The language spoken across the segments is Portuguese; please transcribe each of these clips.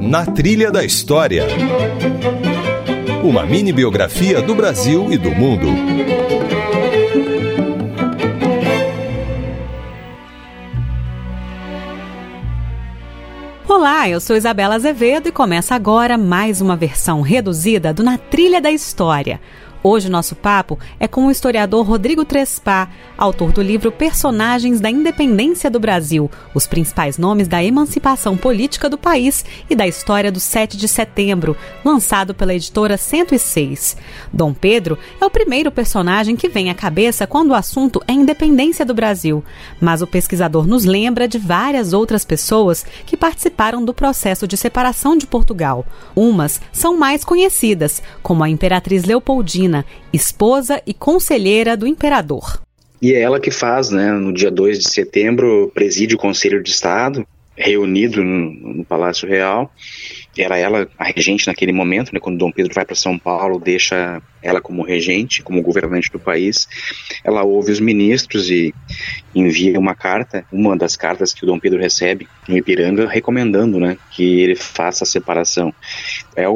Na Trilha da História. Uma mini-biografia do Brasil e do mundo. Olá, eu sou Isabela Azevedo e começa agora mais uma versão reduzida do Na Trilha da História. Hoje o nosso papo é com o historiador Rodrigo Trespas, autor do livro Personagens da Independência do Brasil, os principais nomes da emancipação política do país e da história do 7 de setembro, lançado pela editora 106. Dom Pedro é o primeiro personagem que vem à cabeça quando o assunto é independência do Brasil, mas o pesquisador nos lembra de várias outras pessoas que participaram do processo de separação de Portugal. Umas são mais conhecidas, como a Imperatriz Leopoldina, esposa e conselheira do imperador. E é ela que faz, no dia 2 de setembro, preside o Conselho de Estado, reunido no Palácio Real. Era ela a regente naquele momento, quando Dom Pedro vai para São Paulo, deixa ela como regente, como governante do país. Ela ouve os ministros e envia uma carta, uma das cartas que o Dom Pedro recebe no Ipiranga, recomendando que ele faça a separação. É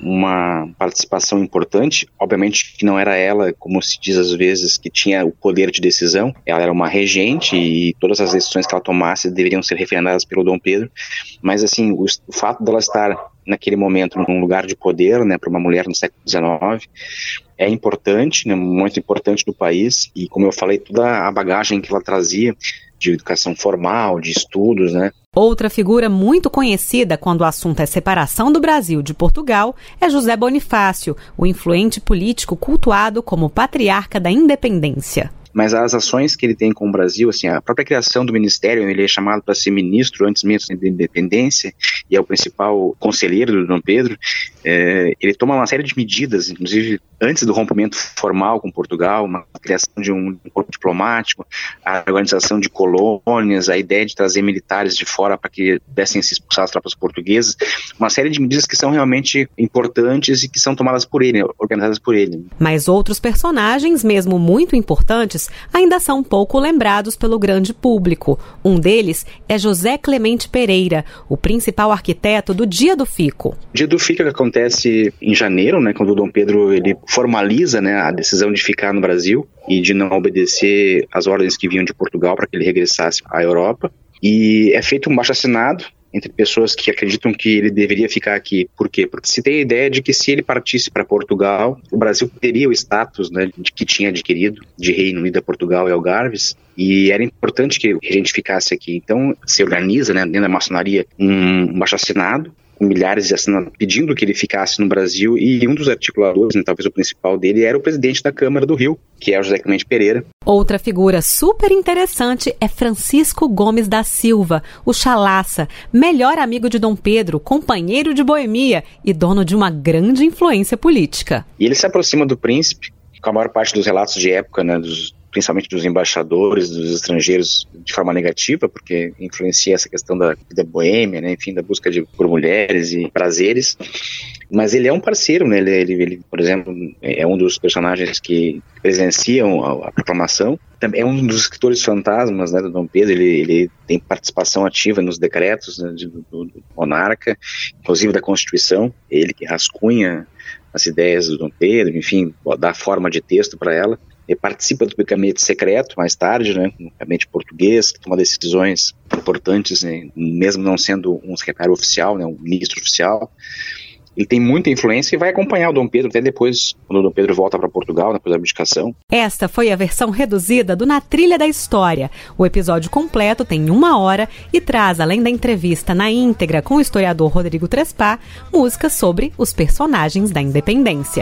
uma participação importante, obviamente que não era ela, como se diz às vezes, que tinha o poder de decisão. Ela era uma regente e todas as decisões que ela tomasse deveriam ser referendadas pelo Dom Pedro, mas assim, o fato dela estar naquele momento num lugar de poder, para uma mulher no século XIX, é importante, muito importante do país, e como eu falei, toda a bagagem que ela trazia de educação formal, de estudos, Outra figura muito conhecida quando o assunto é separação do Brasil de Portugal é José Bonifácio, o influente político cultuado como patriarca da independência. Mas as ações que ele tem com o Brasil, a própria criação do ministério, ele é chamado para ser ministro antes mesmo da independência, e é o principal conselheiro do Dom Pedro. Ele toma uma série de medidas, inclusive antes do rompimento formal com Portugal, uma criação de um corpo diplomático, a organização de colônias, a ideia de trazer militares de fora para que pudessem se expulsar as tropas portuguesas, uma série de medidas que são realmente importantes e que são tomadas por ele, organizadas por ele. Mas outros personagens, mesmo muito importantes, ainda são pouco lembrados pelo grande público. Um deles é José Clemente Pereira, o principal arquiteto do Dia do Fico. O Dia do Fico acontece em janeiro, quando o Dom Pedro ele formaliza a decisão de ficar no Brasil e de não obedecer às ordens que vinham de Portugal para que ele regressasse à Europa. E é feito um baixo-assinado entre pessoas que acreditam que ele deveria ficar aqui. Por quê? Porque se tem a ideia de que se ele partisse para Portugal, o Brasil teria o status de que tinha adquirido de Reino Unido a Portugal e Algarves, e era importante que a gente ficasse aqui. Então se organiza dentro da maçonaria um baixo-assinado, com milhares de assinantes pedindo que ele ficasse no Brasil, e um dos articuladores, talvez o principal dele, era o presidente da Câmara do Rio, que é o José Clemente Pereira. Outra figura super interessante é Francisco Gomes da Silva, o Chalaça, melhor amigo de Dom Pedro, companheiro de boemia e dono de uma grande influência política. E ele se aproxima do príncipe, com a maior parte dos relatos de época, principalmente dos embaixadores, dos estrangeiros, de forma negativa, porque influencia essa questão da vida boêmia, da busca por mulheres e prazeres. Mas ele é um parceiro, ele, por exemplo, é um dos personagens que presenciam a proclamação. Também é um dos escritores fantasmas do Dom Pedro. Ele tem participação ativa nos decretos do monarca, inclusive da Constituição. Ele que rascunha as ideias do Dom Pedro, enfim, dá forma de texto para ela. Ele participa do gabinete secreto mais tarde, no gabinete português, que toma decisões importantes, mesmo não sendo um secretário oficial, um ministro oficial. Ele tem muita influência e vai acompanhar o Dom Pedro até depois, quando o Dom Pedro volta para Portugal, depois da abdicação. Esta foi a versão reduzida do Na Trilha da História. O episódio completo tem 1 hora e traz, além da entrevista na íntegra com o historiador Rodrigo Trespas, músicas sobre os personagens da independência.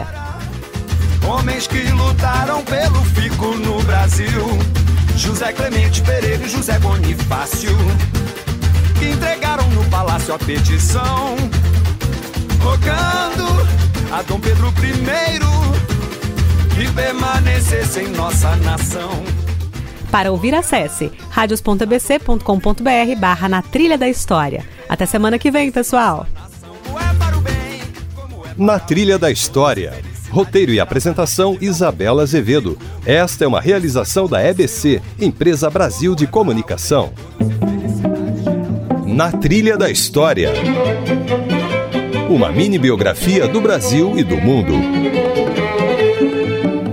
Homens que lutaram pelo fico no Brasil, José Clemente Pereira e José Bonifácio, que entregaram no palácio a petição, rogando a Dom Pedro I que permanecesse em nossa nação. Para ouvir, acesse radios.bc.com.br/Na Trilha da História. Até semana que vem, pessoal! Na Trilha da História. Roteiro e apresentação, Isabela Azevedo. Esta é uma realização da EBC, Empresa Brasil de Comunicação. Na Trilha da História. uma mini biografia do Brasil e do mundo.